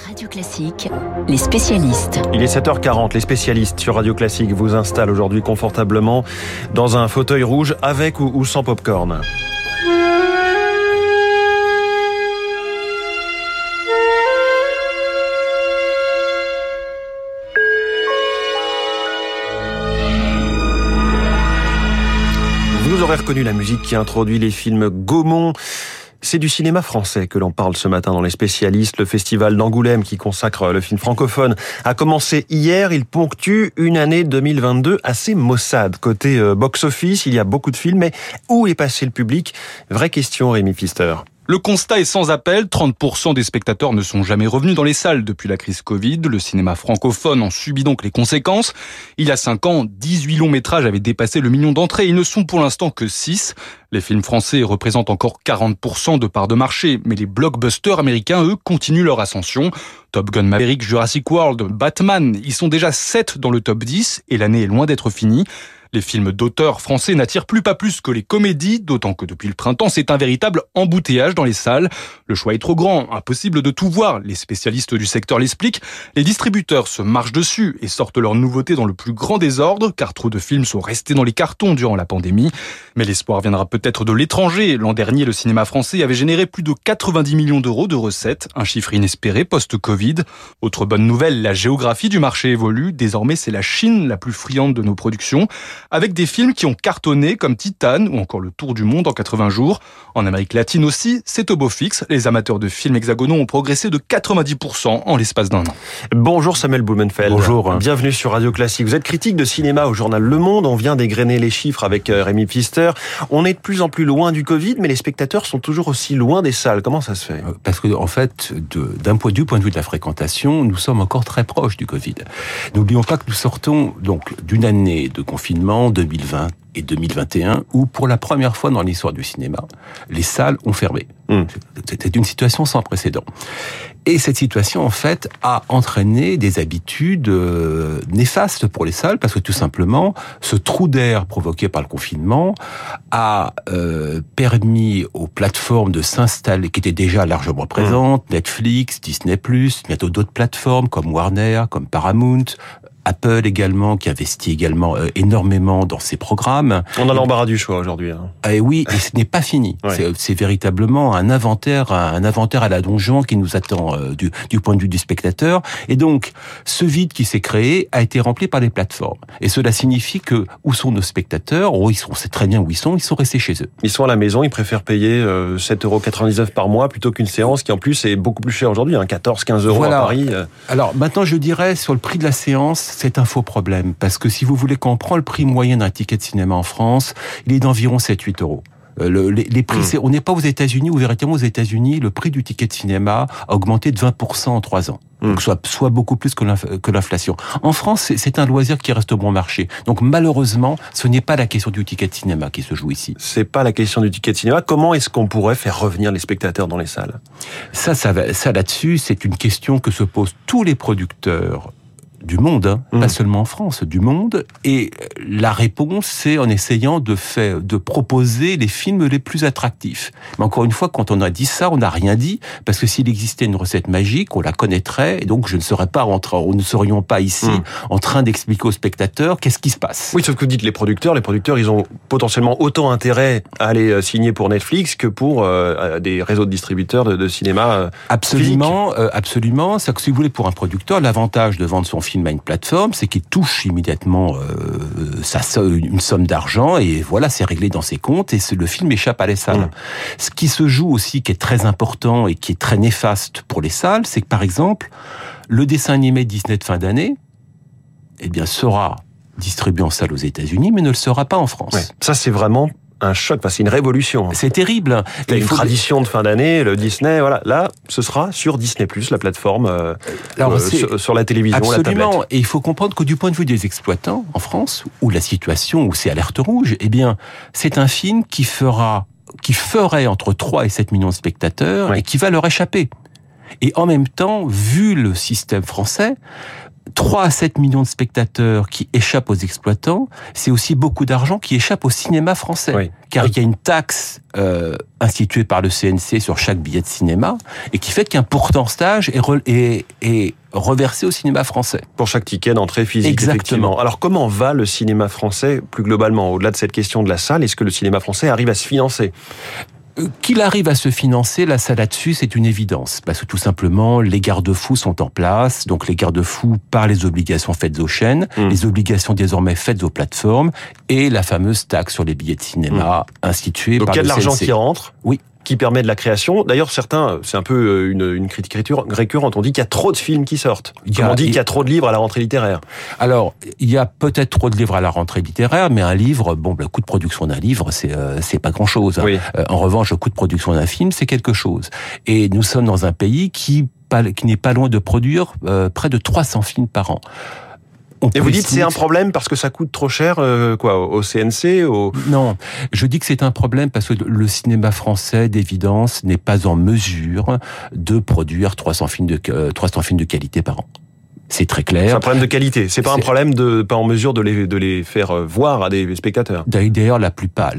Radio Classique, les spécialistes. Il est 7h40, les spécialistes sur Radio Classique vous installent aujourd'hui confortablement dans un fauteuil rouge avec ou sans popcorn. Vous aurez reconnu la musique qui introduit les films Gaumont. C'est du cinéma français que l'on parle ce matin dans les spécialistes. Le festival d'Angoulême qui consacre le film francophone a commencé hier. Il ponctue une année 2022 assez maussade. Côté box-office, il y a beaucoup de films, mais où est passé le public ? Vraie question, Rémi Pfister. Le constat est sans appel, 30% des spectateurs ne sont jamais revenus dans les salles depuis la crise Covid. Le cinéma francophone en subit donc les conséquences. Il y a 5 ans, 18 longs métrages avaient dépassé le million d'entrées. Ils ne sont pour l'instant que 6. Les films français représentent encore 40% de part de marché, mais les blockbusters américains, eux, continuent leur ascension. Top Gun Maverick, Jurassic World, Batman, ils sont déjà 7 dans le top 10 et l'année est loin d'être finie. Les films d'auteurs français n'attirent pas plus que les comédies, d'autant que depuis le printemps, c'est un véritable embouteillage dans les salles. Le choix est trop grand, impossible de tout voir. Les spécialistes du secteur l'expliquent. Les distributeurs se marchent dessus et sortent leurs nouveautés dans le plus grand désordre, car trop de films sont restés dans les cartons durant la pandémie. Mais l'espoir viendra peut-être de l'étranger. L'an dernier, le cinéma français avait généré plus de 90 millions d'euros de recettes, un chiffre inespéré post-Covid. Autre bonne nouvelle, la géographie du marché évolue. Désormais, c'est la Chine la plus friande de nos productions, avec des films qui ont cartonné comme Titane ou encore Le Tour du Monde en 80 jours. En Amérique latine aussi, c'est au beau fixe. Les amateurs de films hexagonaux ont progressé de 90% en l'espace d'un an. Bonjour Samuel Blumenfeld. Bonjour. Bienvenue sur Radio Classique. Vous êtes critique de cinéma au journal Le Monde. On vient d'égrener les chiffres avec Rémi Pfister. On est de plus en plus loin du Covid, mais les spectateurs sont toujours aussi loin des salles. Comment ça se fait ? Parce que, en fait, du point de vue de la fréquentation, nous sommes encore très proches du Covid. N'oublions pas que nous sortons donc d'une année de confinement, 2020 et 2021, où pour la première fois dans l'histoire du cinéma, les salles ont fermé. C'était une situation sans précédent. Et cette situation, en fait, a entraîné des habitudes néfastes pour les salles, parce que tout simplement, ce trou d'air provoqué par le confinement a permis aux plateformes de s'installer, qui étaient déjà largement présentes, Netflix, Disney+, bientôt d'autres plateformes comme Warner, comme Paramount, Apple également, qui investit également énormément dans ses programmes. On a l'embarras du choix aujourd'hui. Et oui, et ce n'est pas fini. Ouais. C'est véritablement un inventaire à la Donjon qui nous attend du point de vue du spectateur. Et donc, ce vide qui s'est créé a été rempli par les plateformes. Et cela signifie que où sont nos spectateurs ? On sait très bien où ils sont restés chez eux. Ils sont à la maison, ils préfèrent payer 7,99€ par mois plutôt qu'une séance qui en plus est beaucoup plus chère aujourd'hui, 14-15€ voilà. À Paris. Alors maintenant, je dirais sur le prix de la séance, c'est un faux problème, parce que si vous voulez, quand on prend le prix moyen d'un ticket de cinéma en France, il est d'environ 7-8€. Les prix, on n'est pas aux États-Unis, où véritablement aux États-Unis, le prix du ticket de cinéma a augmenté de 20% en 3 ans. Donc soit beaucoup plus que l'inflation. En France, c'est un loisir qui reste au bon marché. Donc malheureusement, ce n'est pas la question du ticket de cinéma qui se joue ici. C'est pas la question du ticket de cinéma. Comment est-ce qu'on pourrait faire revenir les spectateurs dans les salles ? Ça là-dessus, c'est une question que se posent tous les producteurs du monde, pas seulement en France, du monde. Et la réponse, c'est en essayant de proposer les films les plus attractifs. Mais encore une fois, quand on a dit ça, on n'a rien dit, parce que s'il existait une recette magique, on la connaîtrait, et donc nous ne serions pas ici en train d'expliquer aux spectateurs qu'est-ce qui se passe. Oui, sauf que vous dites les producteurs, ils ont potentiellement autant intérêt à aller signer pour Netflix que pour des réseaux de distributeurs de cinéma. Absolument. C'est que si vous voulez, pour un producteur, l'avantage de vendre son film à une plateforme, c'est qu'il touche immédiatement une somme d'argent et voilà, c'est réglé dans ses comptes et le film échappe à les salles. Ce qui se joue aussi, qui est très important et qui est très néfaste pour les salles, c'est que par exemple, le dessin animé Disney de fin d'année, sera distribué en salle aux États-Unis, mais ne le sera pas en France. Ouais. Ça, c'est vraiment un choc, c'est une révolution. C'est terrible. Il y a une tradition de fin d'année, le Disney, voilà. Là, ce sera sur Disney+, la plateforme, sur la télévision, absolument. La tablette. Et il faut comprendre que du point de vue des exploitants, en France, où la situation, où c'est alerte rouge, c'est un film qui ferait entre 3 et 7 millions de spectateurs et qui va leur échapper. Et en même temps, vu le système français, 3 à 7 millions de spectateurs qui échappent aux exploitants, c'est aussi beaucoup d'argent qui échappe au cinéma français. Oui. Car il y a une taxe instituée par le CNC sur chaque billet de cinéma et qui fait qu'un pourcentage est reversé au cinéma français. Pour chaque ticket d'entrée physique, Exactement. effectivement. Alors comment va le cinéma français plus globalement? Au-delà de cette question de la salle, est-ce que le cinéma français arrive à se financer? Qu'il arrive à se financer, là, ça là-dessus, c'est une évidence. Parce que tout simplement, les garde-fous sont en place. Donc les garde-fous par les obligations faites aux chaînes, les obligations désormais faites aux plateformes et la fameuse taxe sur les billets de cinéma instituée par le CNC. Donc il y a de l'argent qui rentre. Oui. Qui permet de la création. D'ailleurs, certains, c'est un peu une critique récurrente, on dit qu'il y a trop de films qui sortent. On dit qu'il y a trop de livres à la rentrée littéraire. Alors, il y a peut-être trop de livres à la rentrée littéraire, mais un livre, bon, le coût de production d'un livre, c'est pas grand-chose. Hein. Oui. En revanche, le coût de production d'un film, c'est quelque chose. Et nous sommes dans un pays qui n'est pas loin de produire près de 300 films par an. Et vous dites c'est un problème parce que ça coûte trop cher, au CNC, Non, je dis que c'est un problème parce que le cinéma français, d'évidence, n'est pas en mesure de produire 300 films de qualité par an. C'est très clair. C'est un problème de qualité. C'est pas un problème de pas en mesure de les faire voir à des spectateurs. D'ailleurs, la plupart,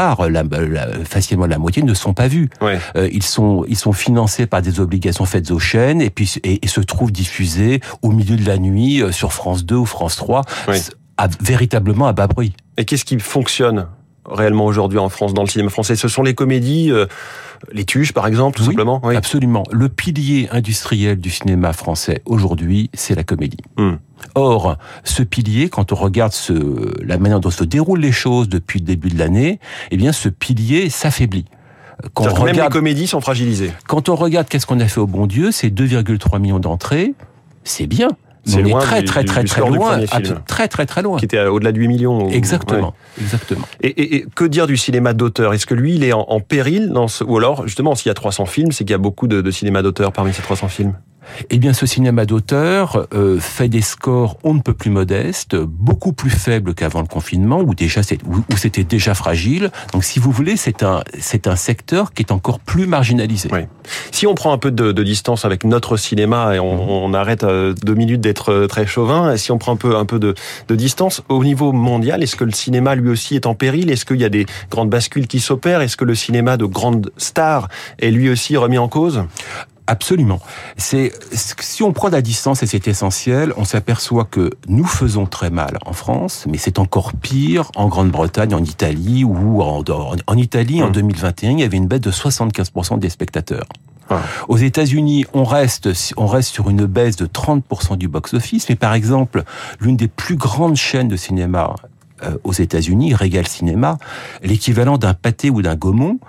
facilement la moitié ne sont pas vus. Ouais. Ils sont financés par des obligations faites aux chaînes et puis se trouvent diffusés au milieu de la nuit sur France 2 ou France 3, ouais. Véritablement à bas bruit. Et qu'est-ce qui fonctionne réellement aujourd'hui en France, dans le cinéma français? Ce sont les comédies, les tuches par exemple, tout simplement. Oui, absolument. Le pilier industriel du cinéma français aujourd'hui, c'est la comédie. Or, ce pilier, quand on regarde la manière dont se déroulent les choses depuis le début de l'année, eh bien, ce pilier s'affaiblit. Même les comédies sont fragilisées. Quand on regarde qu'est-ce qu'on a fait au bon Dieu, c'est 2,3 millions d'entrées, c'est bien. C'est loin très loin, très loin. Qui était au-delà de 8 millions. Exactement, exactement. Et que dire du cinéma d'auteur? Est-ce que lui, il est en péril ou alors, justement, s'il y a 300 films, c'est qu'il y a beaucoup de cinéma d'auteur parmi ces 300 films? Eh bien, ce cinéma d'auteur fait des scores on ne peut plus modestes, beaucoup plus faibles qu'avant le confinement, où c'était déjà fragile. Donc, si vous voulez, c'est un secteur qui est encore plus marginalisé. Oui. Si on prend un peu de distance avec notre cinéma et on arrête 2 minutes d'être très chauvin, si on prend un peu de distance au niveau mondial, est-ce que le cinéma lui aussi est en péril? Est-ce qu'il y a des grandes bascules qui s'opèrent? Est-ce que le cinéma de grandes stars est lui aussi remis en cause? Absolument. Si on prend la distance, et c'est essentiel, on s'aperçoit que nous faisons très mal en France, mais c'est encore pire en Grande-Bretagne, en Italie, ou en Italie, en 2021, il y avait une baisse de 75% des spectateurs. Aux États-Unis, on reste sur une baisse de 30% du box-office, mais par exemple, l'une des plus grandes chaînes de cinéma aux États-Unis, Regal Cinéma, l'équivalent d'un Pathé ou d'un Gaumont,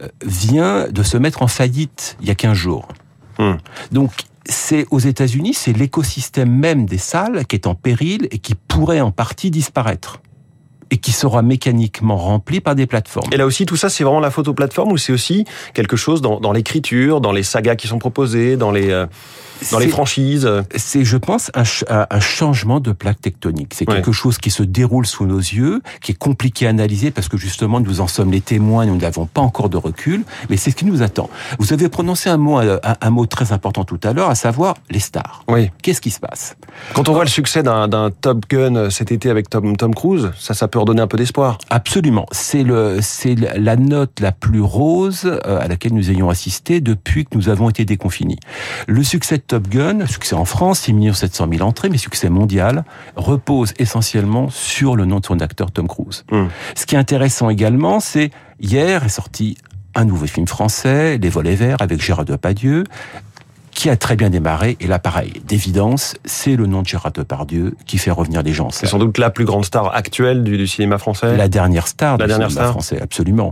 vient de se mettre en faillite il y a 15 jours. Donc, aux États-Unis, c'est l'écosystème même des salles qui est en péril et qui pourrait en partie disparaître. Et qui sera mécaniquement rempli par des plateformes. Et là aussi, tout ça, c'est vraiment la faute aux plateformes ou c'est aussi quelque chose dans l'écriture, dans les sagas qui sont proposées, dans les franchises? C'est, je pense, un changement de plaque tectonique. C'est quelque chose qui se déroule sous nos yeux, qui est compliqué à analyser parce que justement, nous en sommes les témoins, nous n'avons pas encore de recul, mais c'est ce qui nous attend. Vous avez prononcé un mot très important tout à l'heure, à savoir les stars. Oui. Qu'est-ce qui se passe? Quand on voit le succès d'un Top Gun cet été avec Tom Cruise, ça peut redonner un peu d'espoir. Absolument. C'est la note la plus rose à laquelle nous ayons assisté depuis que nous avons été déconfinés. Le succès de Top Gun, succès en France, 6 700 000 entrées, mais succès mondial, repose essentiellement sur le nom de son acteur Tom Cruise. Ce qui est intéressant également, c'est hier est sorti un nouveau film français, Les Volets Verts, avec Gérard Depardieu, qui a très bien démarré, et là pareil, d'évidence, c'est le nom de Gérard Depardieu qui fait revenir les gens. C'est sans doute la plus grande star actuelle du cinéma français. La dernière star du cinéma français, absolument.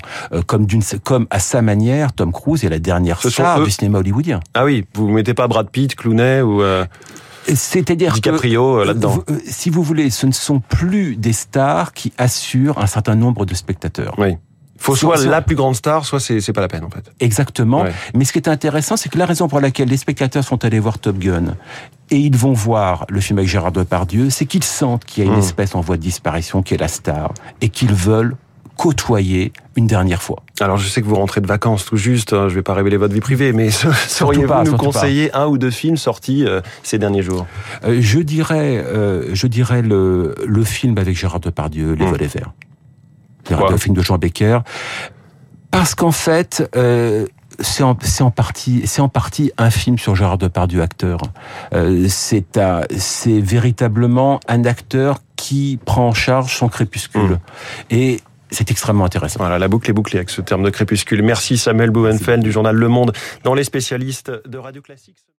Comme à sa manière, Tom Cruise est la dernière star du cinéma hollywoodien. Ah oui, vous mettez pas Brad Pitt, Clooney ou c'est-à-dire DiCaprio là-dedans. Si vous voulez, ce ne sont plus des stars qui assurent un certain nombre de spectateurs. Oui. Faut soit la plus grande star, soit c'est pas la peine en fait. Exactement. Ouais. Mais ce qui est intéressant, c'est que la raison pour laquelle les spectateurs sont allés voir Top Gun et ils vont voir le film avec Gérard Depardieu, c'est qu'ils sentent qu'il y a une espèce en voie de disparition qui est la star et qu'ils veulent côtoyer une dernière fois. Alors je sais que vous rentrez de vacances tout juste, je ne vais pas révéler votre vie privée, mais sauriez-vous nous conseiller un ou deux films sortis ces derniers jours ? Je dirais le film avec Gérard Depardieu, Les Volets Verts. Le film de Jean Becker. Parce qu'en fait, c'est en partie un film sur Gérard Depardieu, acteur. C'est véritablement un acteur qui prend en charge son crépuscule. Et c'est extrêmement intéressant. Voilà, la boucle est bouclée avec ce terme de crépuscule. Merci Samuel Bauweinfeld du journal Le Monde dans Les Spécialistes de Radio Classique.